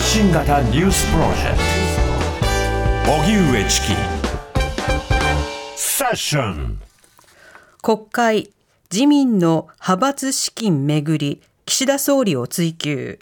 発信型ニュースプロジェクト荻上チキセッション。 国会自民の派閥資金めぐり岸田総理を追及。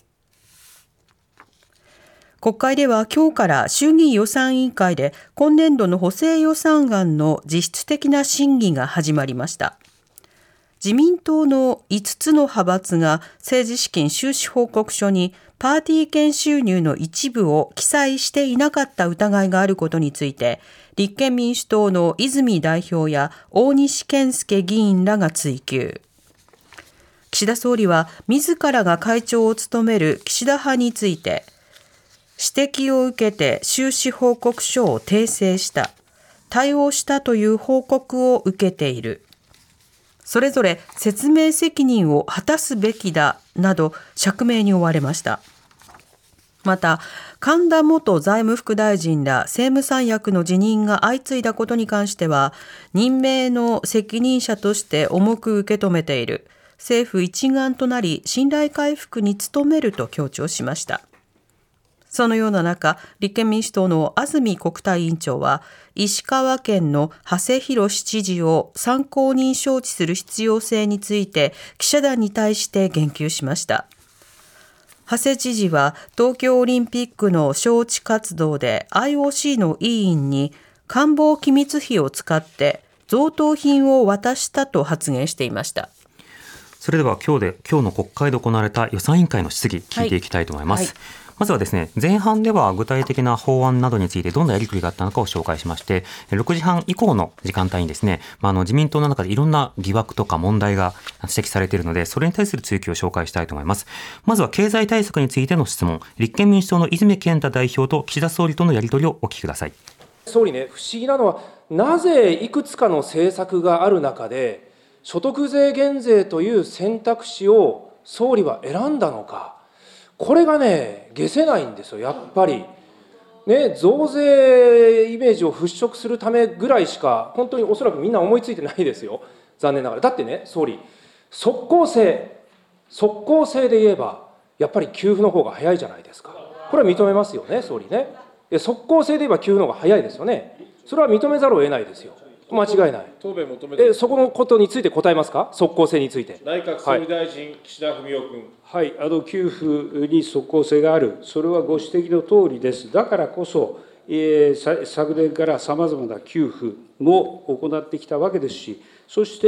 国会では今日から衆議院予算委員会で今年度の補正予算案の実質的な審議が始まりました。自民党の5つの派閥が政治資金収支報告書にパーティー券収入の一部を記載していなかった疑いがあることについて、立憲民主党の泉代表や大西健介議員らが追及。岸田総理は自らが会長を務める岸田派について、指摘を受けて収支報告書を訂正した、対応したという報告を受けている。それぞれ説明責任を果たすべきだなど釈明に追われました。また、神田元財務副大臣ら政務三役の辞任が相次いだことに関しては、任命の責任者として重く受け止めている。政府一丸となり信頼回復に努めると強調しました。そのような中、立憲民主党の安住国対委員長は、石川県の馳浩知事を参考人招致する必要性について記者団に対して言及しました。馳知事は東京オリンピックの招致活動で IOC の委員に官房機密費を使って贈答品を渡したと発言していました。 それでは今日の国会で行われた予算委員会の質疑聞いていきたいと思います。はい、まずはですね、前半では具体的な法案などについてどんなやり取りがあったのかを紹介しまして、6時半以降の時間帯にですね、自民党の中でいろんな疑惑とか問題が指摘されているので、それに対する追及を紹介したいと思います。まずは経済対策についての質問、立憲民主党の泉健太代表と岸田総理とのやり取りをお聞きください。 総理ね、不思議なのは、なぜいくつかの政策がある中で、所得税減税という選択肢を総理は選んだのか。これがね、解せないんですよ、やっぱり。ね、増税イメージを払拭するためぐらいしか、本当におそらくみんな思いついてないですよ、残念ながら。だってね、総理、即効性で言えば、やっぱり給付の方が早いじゃないですか。これは認めますよね、総理ね。即効性で言えば給付の方が早いですよね。それは認めざるを得ないですよ。間違いない。 答弁求めてそこのことについて答えますか、即効性について。 内閣総理大臣、岸田文雄君。 はい、給付に即効性がある、それはご指摘のとおりです。だからこそ、昨年からさまざまな給付も行ってきたわけですし、そして、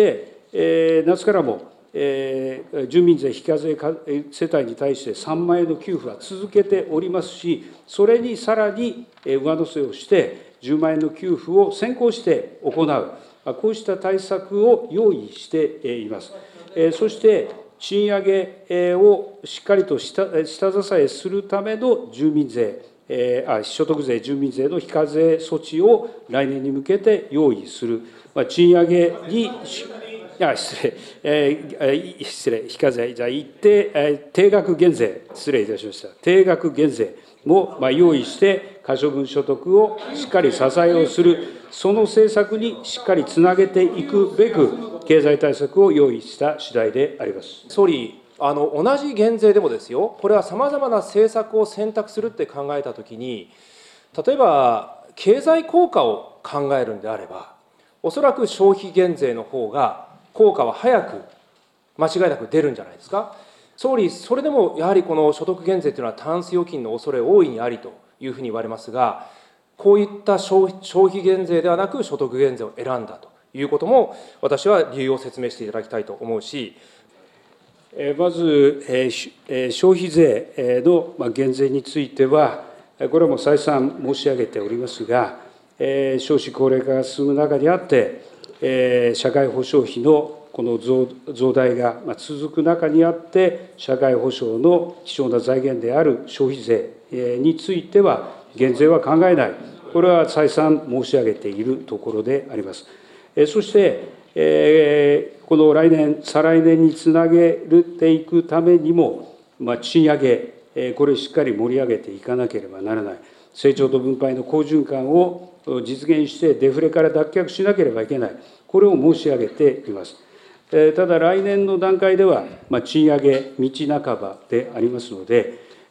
夏からも、住民税非課税世帯に対して3万円の給付は続けておりますし、それにさらに上乗せをして、10万円の給付を先行して行う、こうした対策を用意しています。そして、賃上げをしっかりと下支えするための所得税、住民税の非課税措置を来年に向けて用意する、賃上げに、非課税、じゃあ定額減税、失礼いたしました。定額減税も用意して、可処分所得をしっかり支えをする、その政策にしっかりつなげていくべく、経済対策を用意した次第であります。 総理、同じ減税でもですよ、これはさまざまな政策を選択するって考えたときに、例えば経済効果を考えるんであれば、おそらく消費減税の方が効果は早く、間違いなく出るんじゃないですか。総理、それでもやはりこの所得減税というのはタンス預金の恐れ大いにありというふうに言われますが、こういった消費減税ではなく所得減税を選んだということも、私は理由を説明していただきたいと思うし、 まず、消費税の減税については、これはもう再三申し上げておりますが、少子高齢化が進む中にあって、社会保障費のこの増大が続く中にあって、社会保障の貴重な財源である消費税については、減税は考えない、これは再三申し上げているところであります。そして、この来年、再来年につなげていくためにも、賃上げ、これをしっかり盛り上げていかなければならない、成長と分配の好循環を実現して、デフレから脱却しなければいけない、これを申し上げています。ただ、来年の段階では、賃上げ道半ばでありますので、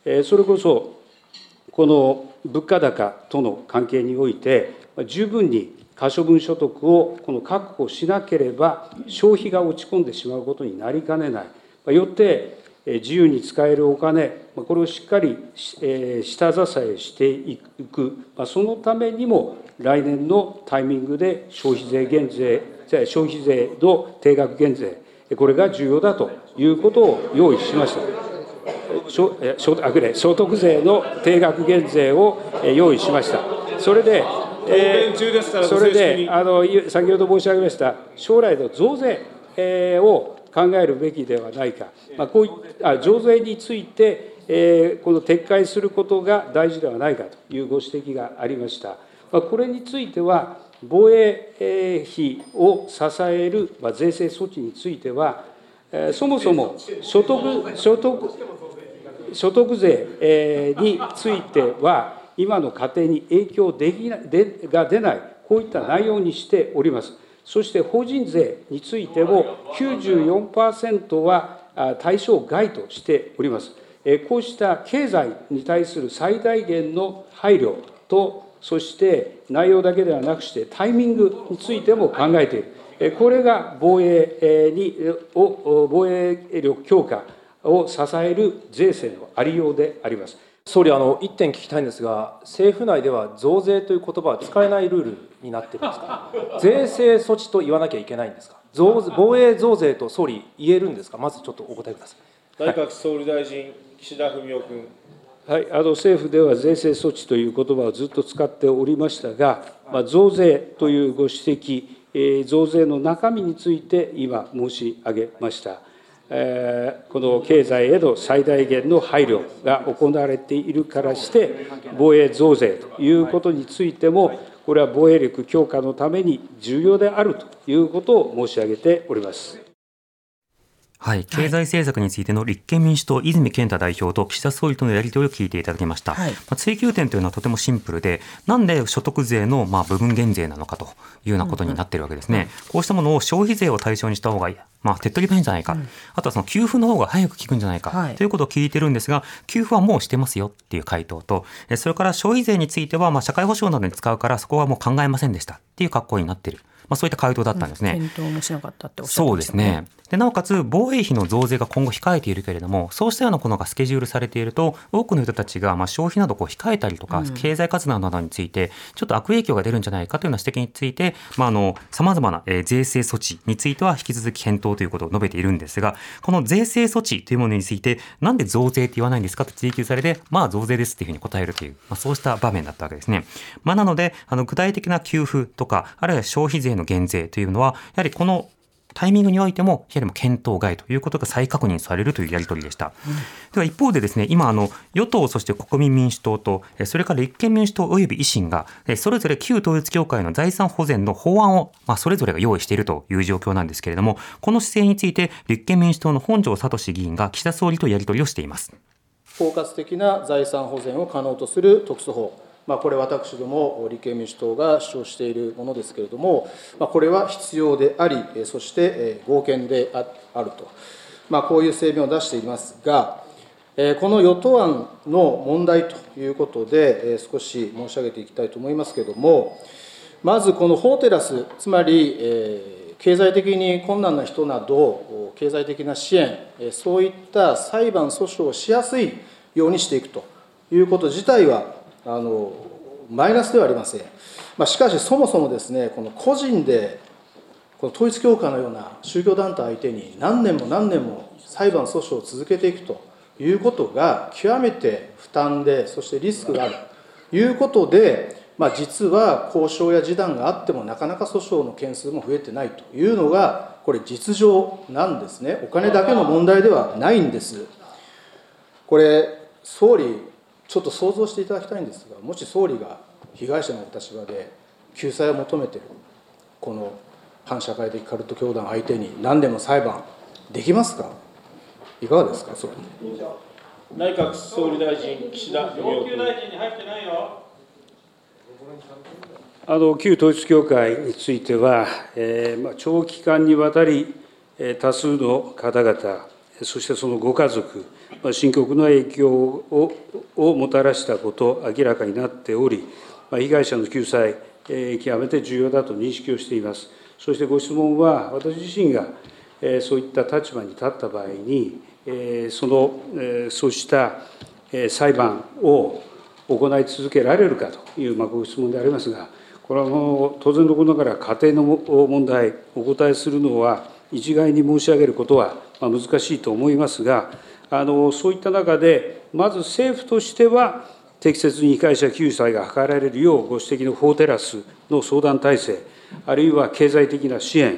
それこそ、この物価高との関係において、十分に可処分所得を確保しなければ、消費が落ち込んでしまうことになりかねない。よって、自由に使えるお金、これをしっかり下支えしていく、そのためにも、来年のタイミングで消費税の定額減税、これが重要だということを用意しました。所得税の定額減税を用意しました。それで、先ほど申し上げました、将来の増税を考えるべきではないか、こういった増税について、この撤回することが大事ではないかというご指摘がありました。これについては、防衛費を支える税制措置については、そもそも所得税については、今の家庭に影響が出ない、こういった内容にしております。そして法人税についても、94% は対象外としております。こうした経済に対する最大限の配慮と、そして内容だけではなくして、タイミングについても考えている。これが防衛力強化を支える税制のありようであります。 総理、一点聞きたいんですが、政府内では増税という言葉は使えないルールになっているんですか。税制措置と言わなきゃいけないんですか。防衛増税と総理、言えるんですか。まずちょっとお答えください。 内閣総理大臣、岸田文雄君。 はい、政府では税制措置という言葉をずっと使っておりましたが、増税というご指摘、増税の中身について今申し上げました。この経済への最大限の配慮が行われているからして、防衛増税ということについても、これは防衛力強化のために重要であるということを申し上げております。 はい、経済政策についての立憲民主党、泉健太代表と岸田総理とのやり取りを聞いていただきました。追及点というのはとてもシンプルで、なんで所得税の部分減税なのかというようなことになっているわけですね。こうしたものを消費税を対象にした方が手っ取り早いんじゃないか、あとはその給付の方が早く効くんじゃないか、ということを聞いてるんですが、給付はもうしてますよっていう回答と、それから消費税については社会保障などに使うからそこはもう考えませんでしたっていう格好になっている。そういった回答だったんですね。 検討もしなかったっておっしゃってましたね。 そうですね。でなおかつ防衛費の増税が今後控えているけれども、そうしたようなものがスケジュールされていると、多くの人たちが消費など控えたりとか、経済活動などについてちょっと悪影響が出るんじゃないかというような指摘について、さまざまな税制措置については引き続き検討ということを述べているんですが、この税制措置というものについてなんで増税って言わないんですかと追及されて、増税ですっていうふうに答えるという、そうした場面だったわけですね。なので具体的な給付とか、あるいは消費税の減税というのはやはりこのタイミングにおいてもやはり検討外ということが再確認されるというやり取りでした。では一方でですね、今与党そして国民民主党とそれから立憲民主党および維新がそれぞれ旧統一教会の財産保全の法案をそれぞれが用意しているという状況なんですけれども、この姿勢について立憲民主党の本庄聡議員が岸田総理とやり取りをしています。 包括的な財産保全を可能とする特措法、これ私ども立憲民主党が主張しているものですけれども、これは必要であり、そして合憲であると、こういう声明を出していますが、この与党案の問題ということで、少し申し上げていきたいと思いますけれども、まずこの法テラス、つまり経済的に困難な人など、経済的な支援、そういった裁判訴訟をしやすいようにしていくということ自体は、マイナスではありません。しかし、そもそもですね、この個人で、この統一教会のような宗教団体相手に何年も何年も裁判訴訟を続けていくということが、極めて負担で、そしてリスクがあるということで、実は交渉や示談があっても、なかなか訴訟の件数も増えてないというのが、これ、実情なんですね。お金だけの問題ではないんです。これ、総理、ちょっと想像していただきたいんですが、もし総理が被害者のお立場で救済を求めている、この反社会的カルト教団相手に何でも裁判できますか。いかがですか、総理。 内閣総理大臣、岸田文雄君。 旧統一教会については、長期間にわたり多数の方々、 そしてそのご家族、深刻な影響をもたらしたこと、明らかになっており、被害者の救済、極めて重要だと認識をしています。そしてご質問は、私自身がそういった立場に立った場合に、そうした裁判を行い続けられるかというご質問でありますが、これは当然のことながら家庭の問題、お答えするのは、一概に申し上げることは難しいと思いますが、そういった中で、まず政府としては、適切に被害者救済が図られるよう、ご指摘の法テラスの相談体制、あるいは経済的な支援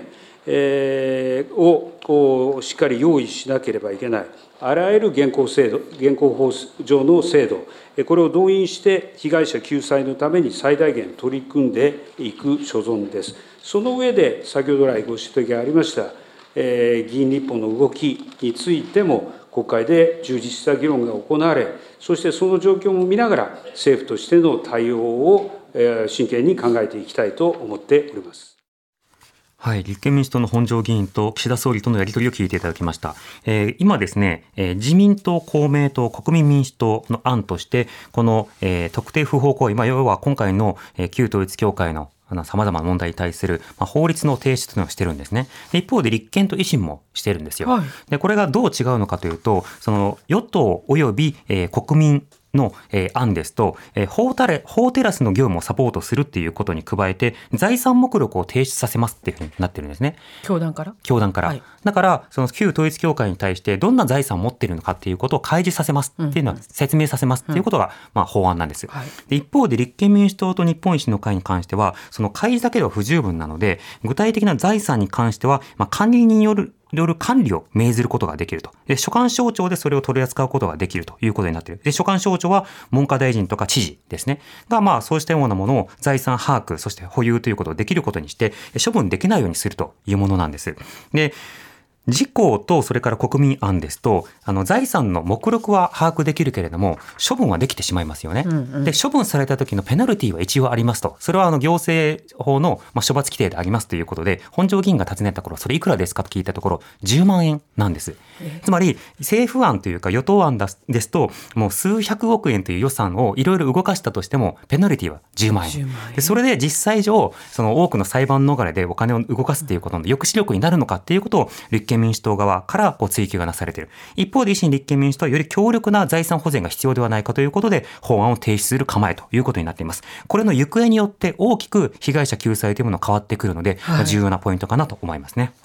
をしっかり用意しなければいけない、あらゆる現行法上の制度、これを動員して、被害者救済のために最大限取り組んでいく所存です。その上で、先ほど来ご指摘がありました、議員立法の動きについても、国会で充実した議論が行われ、そしてその状況も見ながら、政府としての対応を真剣に考えていきたいと思っております。 はい、立憲民主党の本庄議員と岸田総理とのやり取りを聞いていただきました。今ですね、自民党、公明党、国民民主党の案として、この、特定不法行為、要は今回の、旧統一教会の様々な問題に対する、法律の提出というのをしてるんですね。で、一方で立憲と維新もしてるんですよ。はい、で、これがどう違うのかというと、その与党及び、国民の案ですと、法テラスの業務をサポートするっていうことに加えて、財産目録を提出させますっていうふうになってるんですね。 教団から。 はい、だから、その旧統一教会に対してどんな財産を持っているのかっていうことを開示させますっていうのは、説明させますっていうことが、法案なんです。はい、で、一方で立憲民主党と日本維新の会に関しては、その開示だけでは不十分なので、具体的な財産に関しては、管理人による管理を命ずることができると。で、所管省庁でそれを取り扱うことができるということになっている。で、所管省庁は文科大臣とか知事ですね。が、そうしたようなものを財産把握、そして保有ということをできることにして、処分できないようにするというものなんです。で、自公とそれから国民案ですと、財産の目録は把握できるけれども、処分はできてしまいますよね。で、処分された時のペナルティは一応ありますと。それは行政法の処罰規定でありますということで、本庄議員が尋ねた頃、それいくらですかと聞いたところ、10万円なんです。つまり、政府案というか与党案ですと、もう数百億円という予算をいろいろ動かしたとしても、ペナルティは10万円。で、それで実際上、その多くの裁判逃れでお金を動かすということの抑止力になるのかっていうことを、立憲民主党側から追及がなされている。一方で維新立憲民主党はより強力な財産保全が必要ではないかということで法案を提出する構えということになっています。これの行方によって大きく被害者救済というものが変わってくるので、重要なポイントかなと思いますね。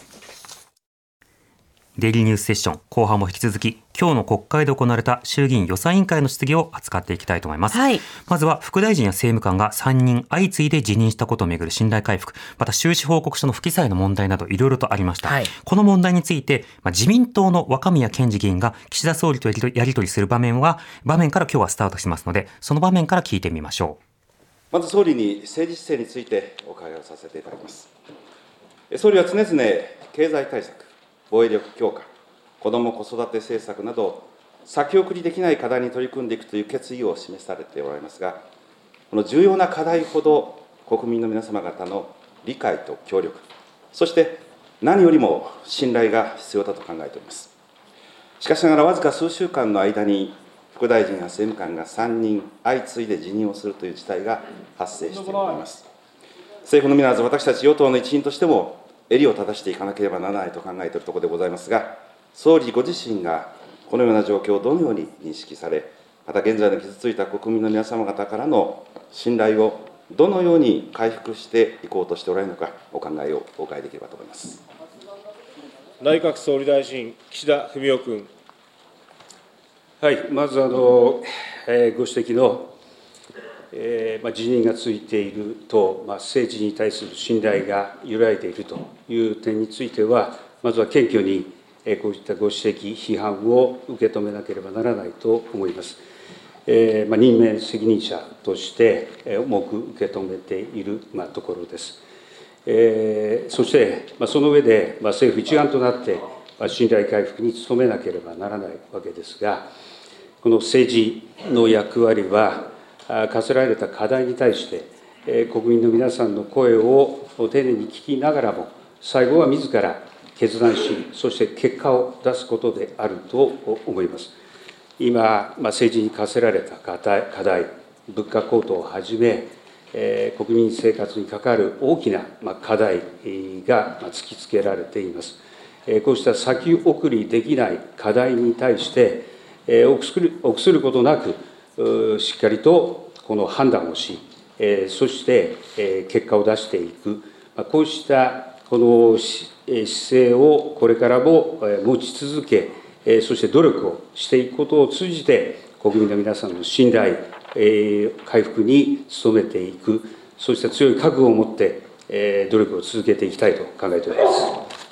デイリーニュースセッション後半も引き続き、今日の国会で行われた衆議院予算委員会の質疑を扱っていきたいと思います。はい、まずは副大臣や政務官が3人相次いで辞任したことをめぐる信頼回復、また収支報告書の不記載の問題などいろいろとありました。はい、この問題について、自民党の若宮健嗣議員が岸田総理とやり取りする場面から今日はスタートしますので、その場面から聞いてみましょう。まず総理に政治姿勢についてお伺いをさせていただきます。総理は常々経済対策、防衛力強化、子ども・子育て政策など、先送りできない課題に取り組んでいくという決意を示されておられますが、この重要な課題ほど、国民の皆様方の理解と協力、そして何よりも信頼が必要だと考えております。しかしながら、わずか数週間の間に、副大臣や政務官が3人相次いで辞任をするという事態が発生しております。政府のみならず、私たち与党の一員としても、襟を正していかなければならないと考えているところでございますが、総理ご自身がこのような状況をどのように認識され、また現在の傷ついた国民の皆様方からの信頼をどのように回復していこうとしておられるのか、お考えをお伺いできればと思います。 内閣総理大臣、岸田文雄君。 はい、まずご指摘の、辞任がついていると、政治に対する信頼が揺らいでいるという点については、まずは謙虚にこういったご指摘、批判を受け止めなければならないと思います。任命責任者として重く受け止めているところです。そして、その上で政府一丸となって信頼回復に努めなければならないわけですが、この政治の役割は、課せられた課題に対して、国民の皆さんの声を丁寧に聞きながらも、最後は自ら決断し、そして結果を出すことであると思います。今、政治に課せられた課題、物価高騰をはじめ、国民生活に関わる大きな課題が突きつけられています。こうした先送りできない課題に対して、臆することなく、しっかりとこの判断をし、そして結果を出していく、こうしたこの姿勢をこれからも持ち続け、そして努力をしていくことを通じて、国民の皆さんの信頼、回復に努めていく、そうした強い覚悟を持って、努力を続けていきたいと考えております。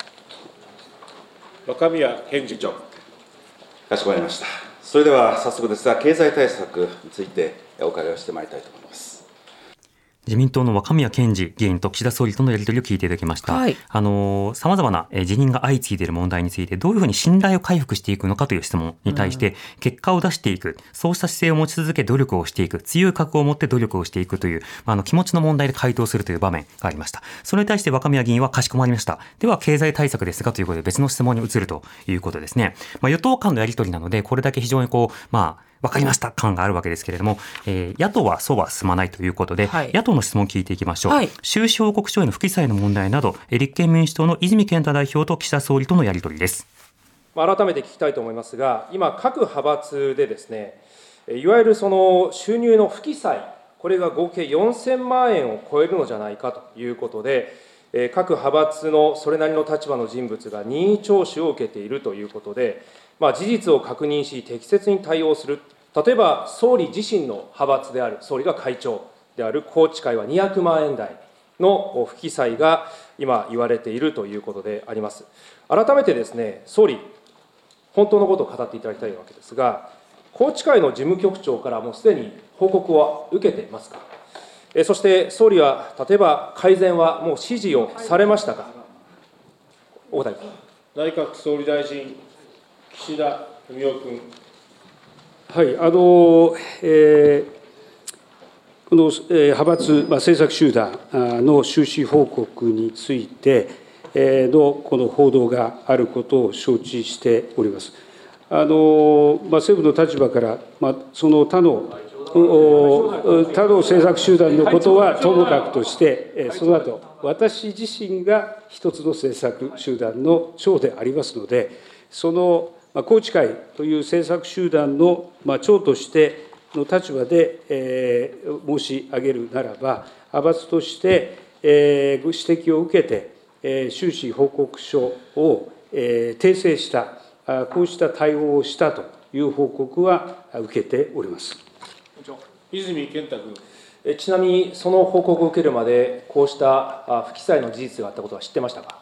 若宮健次長。 かしこまりました。それでは早速ですが、経済対策についてお伺いをしてまいりたいと思います。 自民党の若宮健次議員と岸田総理とのやり取りを聞いていただきました。 はい、 様々な辞任が相次いでいる問題についてどういうふうに信頼を回復していくのかという質問に対して結果を出していく、そうした姿勢を持ち続け努力をしていく、強い覚悟を持って努力をしていくという、気持ちの問題で回答するという場面がありました。それに対して若宮議員はかしこまりました。では経済対策ですがということで別の質問に移るということですね。与党間のやり取りなのでこれだけ非常に分かりました感があるわけですけれども、野党はそうは進まないということで、 はい、 野党の質問を聞いていきましょう。 はい、 収支報告書への不記載の問題など、立憲民主党の泉健太代表と岸田総理とのやり取りです。 改めて聞きたいと思いますが、今、各派閥でですね、いわゆるその収入の不記載、これが合計4000万円を超えるのじゃないかということで、各派閥のそれなりの立場の人物が任意聴取を受けているということで、事実を確認し、適切に対応する。例えば総理自身の派閥である、総理が会長である宏池会は200万円台の不記載が今言われているということであります。改めてですね、総理、本当のことを語っていただきたいわけですが、宏池会の事務局長からもうすでに報告は受けていますか。そして総理は、例えば改善はもう指示をされましたか。お答えください。 内閣総理大臣、岸田文雄君。 はい、この派閥、政策集団の収支報告についてのこの報道があることを承知しております。政府の立場から、その他の政策集団のことはともかくとして、その後私自身が一つの政策集団の長でありますので、その宏池会という政策集団の長としての立場で申し上げるならば、派閥としてご指摘を受けて、収支報告書を訂正した、こうした対応をしたという報告は受けております。 泉健太君。 ちなみに、その報告を受けるまで、こうした不記載の事実があったことは知ってましたか。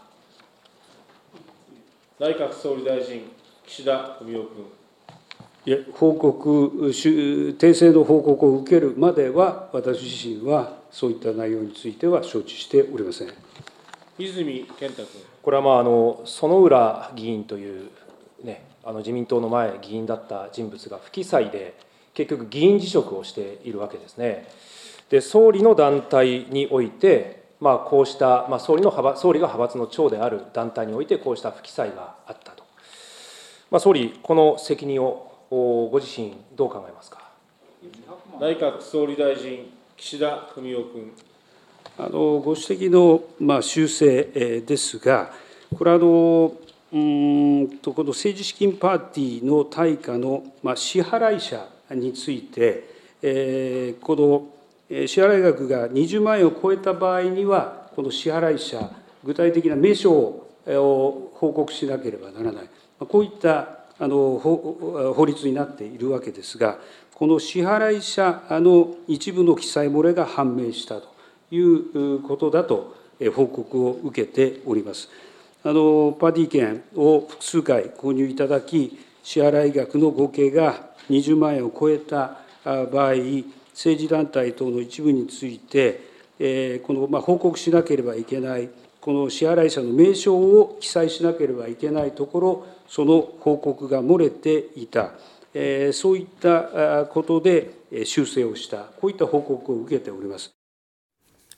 内閣総理大臣、岸田文雄君。 訂正の報告を受けるまでは、私自身はそういった内容については承知しておりません。 泉健太君。 これは薗浦議員という、自民党の前議員だった人物が不記載で、結局、議員辞職をしているわけですね。で、総理の団体において、こうした総理が派閥の長である団体において、こうした不記載があったと。総理、この責任をご自身、どう考えますか。 内閣総理大臣、岸田文雄君。 ご指摘の修正ですが、これはこの政治資金パーティーの対価の支払い者について、この支払い額が20万円を超えた場合には、この支払い者、具体的な名称を報告しなければならない、こういった法律になっているわけですが、この支払い者の一部の記載漏れが判明したということだと報告を受けております。パーティー券を複数回購入いただき、支払い額の合計が20万円を超えた場合、政治団体等の一部について、この報告しなければいけない、この支払い者の名称を記載しなければいけないところ、その報告が漏れていた、そういったことで修正をした、こういった報告を受けております。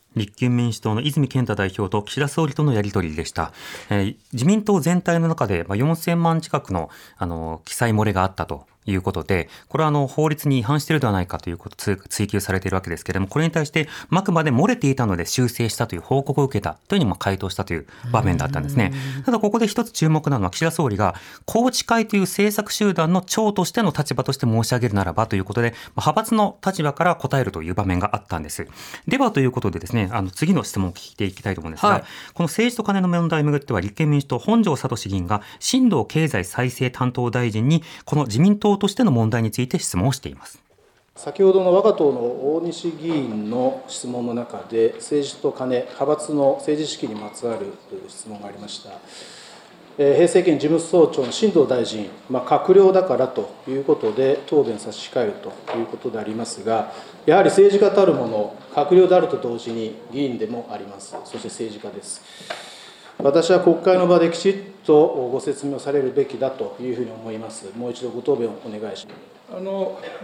立憲民主党の泉健太代表と岸田総理とのやり取りでした。自民党全体の中で4000万近くの記載漏れがあったということで、これは法律に違反しているではないかということを追及されているわけですけれども、これに対してあくまで漏れていたので修正したという報告を受けたというふうに回答したという場面だったんですね。ただここで一つ注目なのは、岸田総理が宏池会という政策集団の長としての立場として申し上げるならばということで、派閥の立場から答えるという場面があったんです。ではということでですね、次の質問を聞いていきたいと思うんですが、この政治と金の問題をめぐっては、立憲民主党本庄知史議員が新藤経済再生担当大臣にこの自民党としての問題について質問をしています。 先ほどの我が党の大西議員の質問の中で、政治と金、派閥の政治資金にまつわる質問がありました。平成県事務総長の新藤大臣、閣僚だからということで答弁差し控えるということでありますが、やはり政治家たるもの、閣僚であると同時に議員でもあります。そして政治家です。私は国会の場できちっとご説明をされるべきだというふうに思います。もう一度ご答弁をお願いします。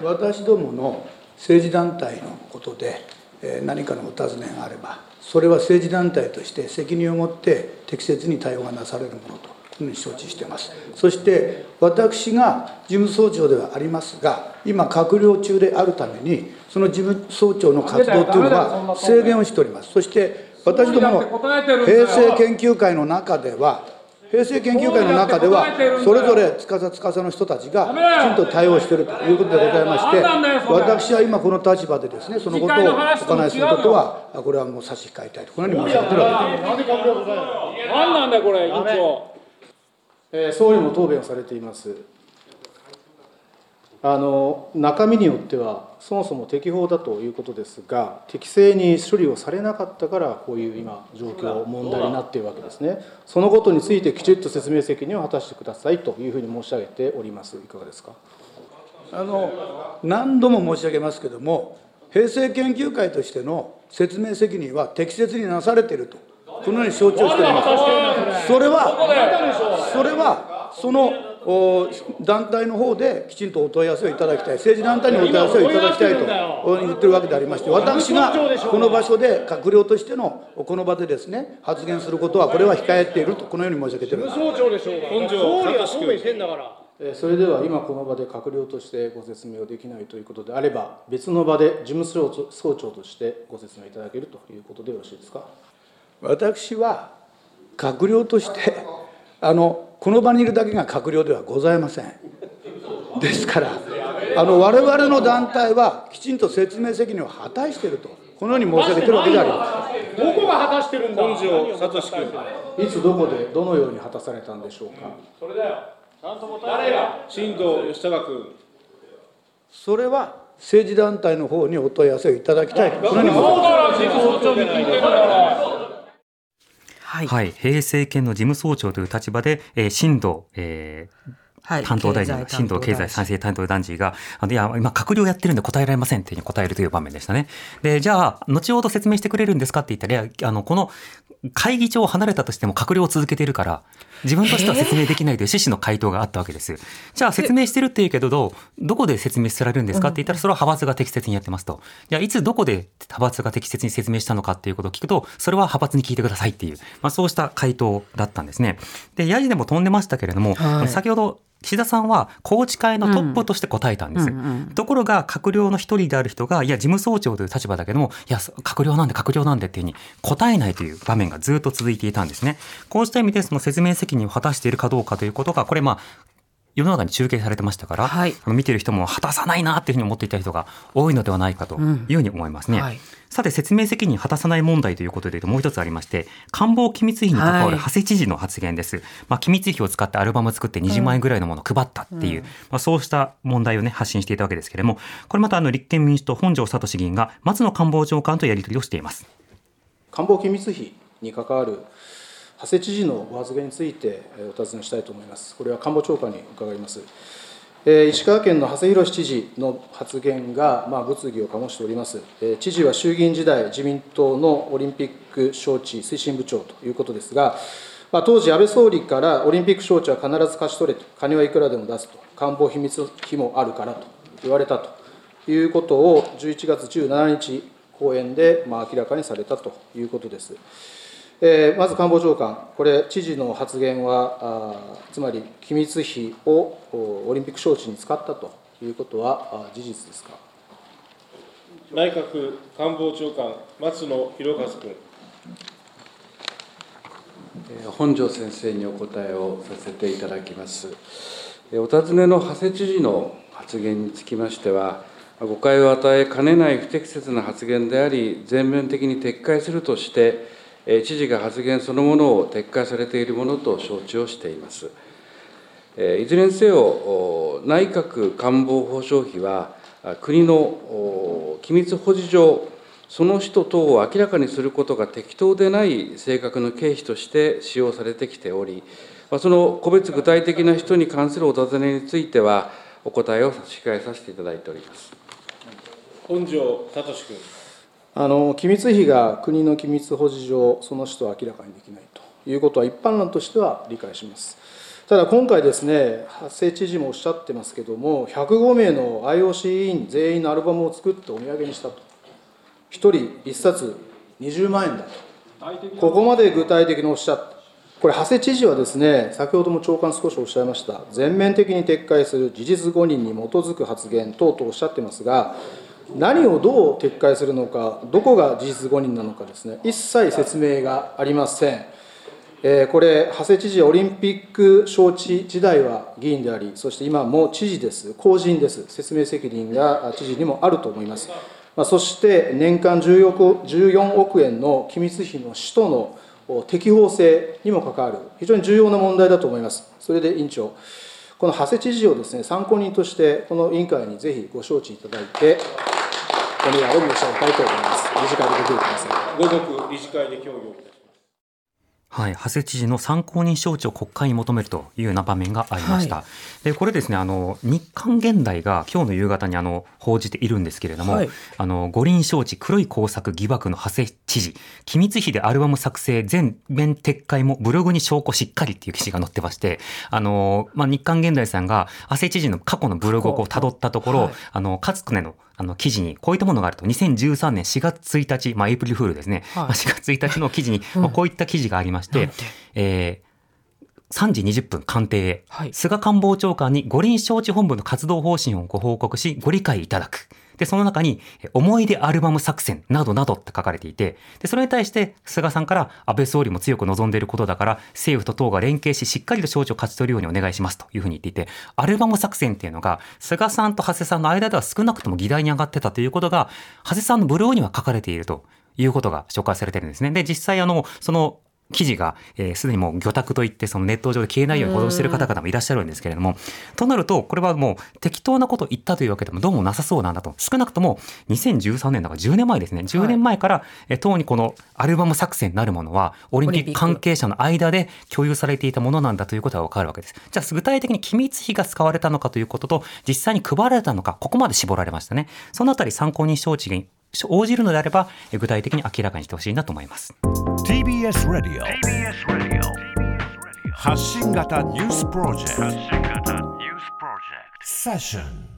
私どもの政治団体のことで何かのお尋ねがあれば、それは政治団体として責任を持って適切に対応がなされるものというふうに承知しています。そして私が事務総長ではありますが、今閣僚中であるために、その事務総長の活動というのは制限をしております。そして私どもの平成研究会の中では、それぞれ司の人たちがきちんと対応しているということでございまして、私は今この立場でですね、そのことをお話しすることは、これはもう差し控えたいと、このように申し上げているわけです。 何なんだよこれ、委員長。 総理も答弁をされています。中身によっては、そもそも適法だということですが、適正に処理をされなかったから、こういう今、状況、問題になっているわけですね。そのことについて、きちっと説明責任を果たしてくださいというふうに申し上げております。いかがですか。 何度も申し上げますけれども、平成研究会としての説明責任は適切になされていると、このように承知をしております。それはその団体の方できちんとお問い合わせをいただきたい、政治団体にお問い合わせをいただきたいと言ってるわけでありまして、私がこの場所で閣僚としてのこの場でですね、発言することは、これは控えていると、このように申し上げている。 総長でしょうが。本庄答弁してんだから。 それでは今この場で閣僚としてご説明をできないということであれば、別の場で事務総長としてご説明いただけるということでよろしいですか。 私は閣僚としてこの場にいるだけが閣僚ではございません。ですから我々の団体はきちんと説明責任を果たしていると、このように申し上げているわけであります。 どこが果たしてるんだ。本庄知史君。 いつどこでどのように果たされたんでしょうか。 それだよ。ちゃんと答えろ。新藤義孝君。 それは政治団体の方にお問い合わせをいただきたいと、このように申し上げています。 はい、平成県の事務総長という立場で、新藤、担当大臣、新藤経済再生担当大臣が、いや、今、閣僚やってるんで答えられませんっていうふうに答えるという場面でしたね。で、じゃあ、後ほど説明してくれるんですかって言ったら、いや、この会議長を離れたとしても閣僚を続けているから、自分としては説明できないという趣旨の回答があったわけです。じゃあ、説明してるって言うけど、どこで説明されるんですかって言ったら、それは派閥が適切にやってますと。じゃあ、いつどこで派閥が適切に説明したのかっていうことを聞くと、それは派閥に聞いてくださいっていう、そうした回答だったんですね。で、ヤジでも飛んでましたけれども、先ほど、岸田さんは宏池会のトップとして答えたんです。ところが閣僚の一人である人が、いや事務総長という立場だけども、いや閣僚なんでっていうふうに答えないという場面がずっと続いていたんですね。こうした意味でその説明責任を果たしているかどうかということが、これ世の中に中継されてましたから、見ている人も果たさないなというふうに思っていた人が多いのではないかというふうに思いますね。さて、説明責任果たさない問題ということでもう一つありまして、官房機密費に関わる馳知事の発言です。機密費を使ってアルバムを作って20万円ぐらいのものを配ったっていう、そうした問題を発信していたわけですけれども、これまた立憲民主党本庄知史議員が松野官房長官とやり取りをしています。 官房機密費に関わる馳知事のご発言についてお尋ねしたいと思います。これは官房長官に伺います。石川県の馳浩知事の発言が物議を醸しております。知事は衆議院時代、自民党のオリンピック招致推進部長ということですが、当時、安倍総理からオリンピック招致は必ず勝ち取れと、金はいくらでも出すと、官房秘密費もあるからと言われたということを、11月17日講演で明らかにされたということです。まず官房長官、これ、知事の発言は、つまり機密費をオリンピック招致に使ったということは事実ですか。 内閣官房長官、松野博一君。 本庄先生にお答えをさせていただきます。お尋ねの馳知事の発言につきましては、誤解を与えかねない不適切な発言であり、全面的に撤回するとして、知事が発言そのものを撤回されているものと承知をしています。いずれにせよ、内閣官房保障費は、国の機密保持上、その人等を明らかにすることが適当でない性格の経費として使用されてきており、その個別具体的な人に関するお尋ねについては、お答えを差し控えさせていただいております。 本庄聡君。 機密費が国の機密保持上、その人を明らかにできないということは、一般論としては理解します。ただ今回ですね、馳知事もおっしゃってますけれども、105名の IOC 委員全員のアルバムを作ってお土産にしたと。1人1冊20万円だと。ここまで具体的におっしゃって、これ、馳知事はですね、先ほども長官少しおっしゃいました、全面的に撤回する事実誤認に基づく発言等々おっしゃってますが、何をどう撤回するのか、どこが事実誤認なのかですね、一切説明がありません。これ、馳知事、オリンピック招致時代は議員であり、そして今も知事です、公人です、説明責任が知事にもあると思います。そして年間14億円の機密費の使途の適法性にも関わる、非常に重要な問題だと思います。それで委員長、この馳知事をですね、参考人として、この委員会にぜひご招致いただいて、お願いを申し上げたいと思います。理事会でご協議ください。 後刻、理事会で協議をいたします。 はい、馳知事の参考人招致を国会に求めるというような場面がありました。はい、でこれですね、日刊現代が今日の夕方に報じているんですけれども、はい、五輪招致黒い工作疑惑の馳知事、機密費でアルバム作成全面撤回もブログに証拠しっかりっていう記事が載ってまして、日刊現代さんが馳知事の過去のブログを辿ったところ、はい、かつくねの記事にこういったものがあると、2013年4月1日、エイプリルフールですね、はい、4月1日の記事に、こういった記事がありまして、3時20分官邸へ、はい、菅官房長官に五輪招致本部の活動方針をご報告しご理解いただく。でその中に思い出アルバム作戦などなどって書かれていて、でそれに対して菅さんから、安倍総理も強く望んでいることだから政府と党が連携ししっかりと招致を勝ち取るようにお願いしますというふうに言っていて、アルバム作戦っていうのが菅さんと長谷さんの間では少なくとも議題に上がってたということが長谷さんのブログには書かれているということが紹介されているんですね。で実際その記事がすでにもう魚拓といってそのネット上で消えないように保存している方々もいらっしゃるんですけれども、となるとこれはもう適当なことを言ったというわけでもどうもなさそうなんだと。少なくとも2013年だから10年前ですね、10年前から党にこのアルバム作戦なるものはオリンピック関係者の間で共有されていたものなんだということが分かるわけです。じゃあ具体的に機密費が使われたのかということと実際に配られたのか、ここまで絞られましたね。そのあたり参考人招致に応じるのであれば具体的に明らかにしてほしいなと思います。 TBS ラディオ発信型ニュースプロジェクトセッション